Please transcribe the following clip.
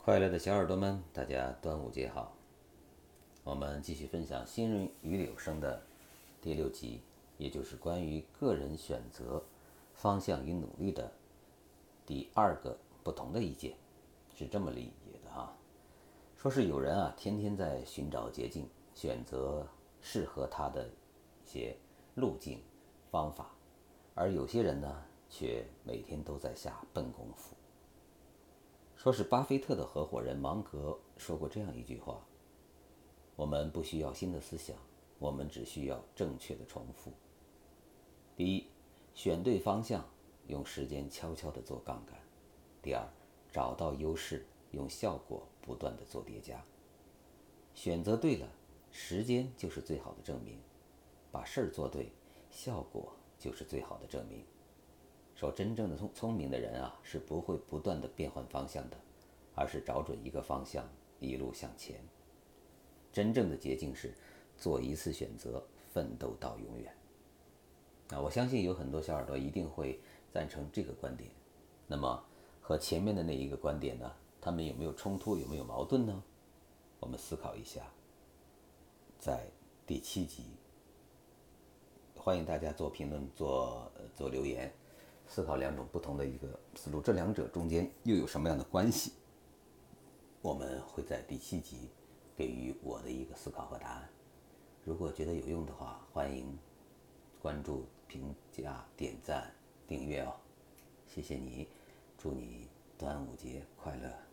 快乐的小耳朵们，大家端午节好！我们继续分享《新人与有声》的第6集，也就是关于个人选择方向与努力的第2个不同的意见，是这么理解的哈。说是有人天天在寻找捷径，选择适合他的一些路径方法，而有些人呢，却每天都在下笨功夫。说是巴菲特的合伙人芒格说过这样一句话：我们不需要新的思想，我们只需要正确的重复。第一，选对方向，用时间悄悄地做杠杆；第二，找到优势，用效果不断地做叠加。选择对了，时间就是最好的证明；把事儿做对，效果就是最好的证明。说真正的聪明的人是不会不断的变换方向的，而是找准一个方向，一路向前。真正的捷径是做一次选择，奋斗到永远。我相信有很多小耳朵一定会赞成这个观点。那么和前面的那一个观点呢，他们有没有冲突，有没有矛盾呢？我们思考一下。在第7集，欢迎大家做评论，做留言，思考2种不同的一个思路，这2者中间又有什么样的关系？我们会在第7集给予我的一个思考和答案。如果觉得有用的话，欢迎关注、评价、点赞、订阅哦，谢谢你，祝你端午节快乐。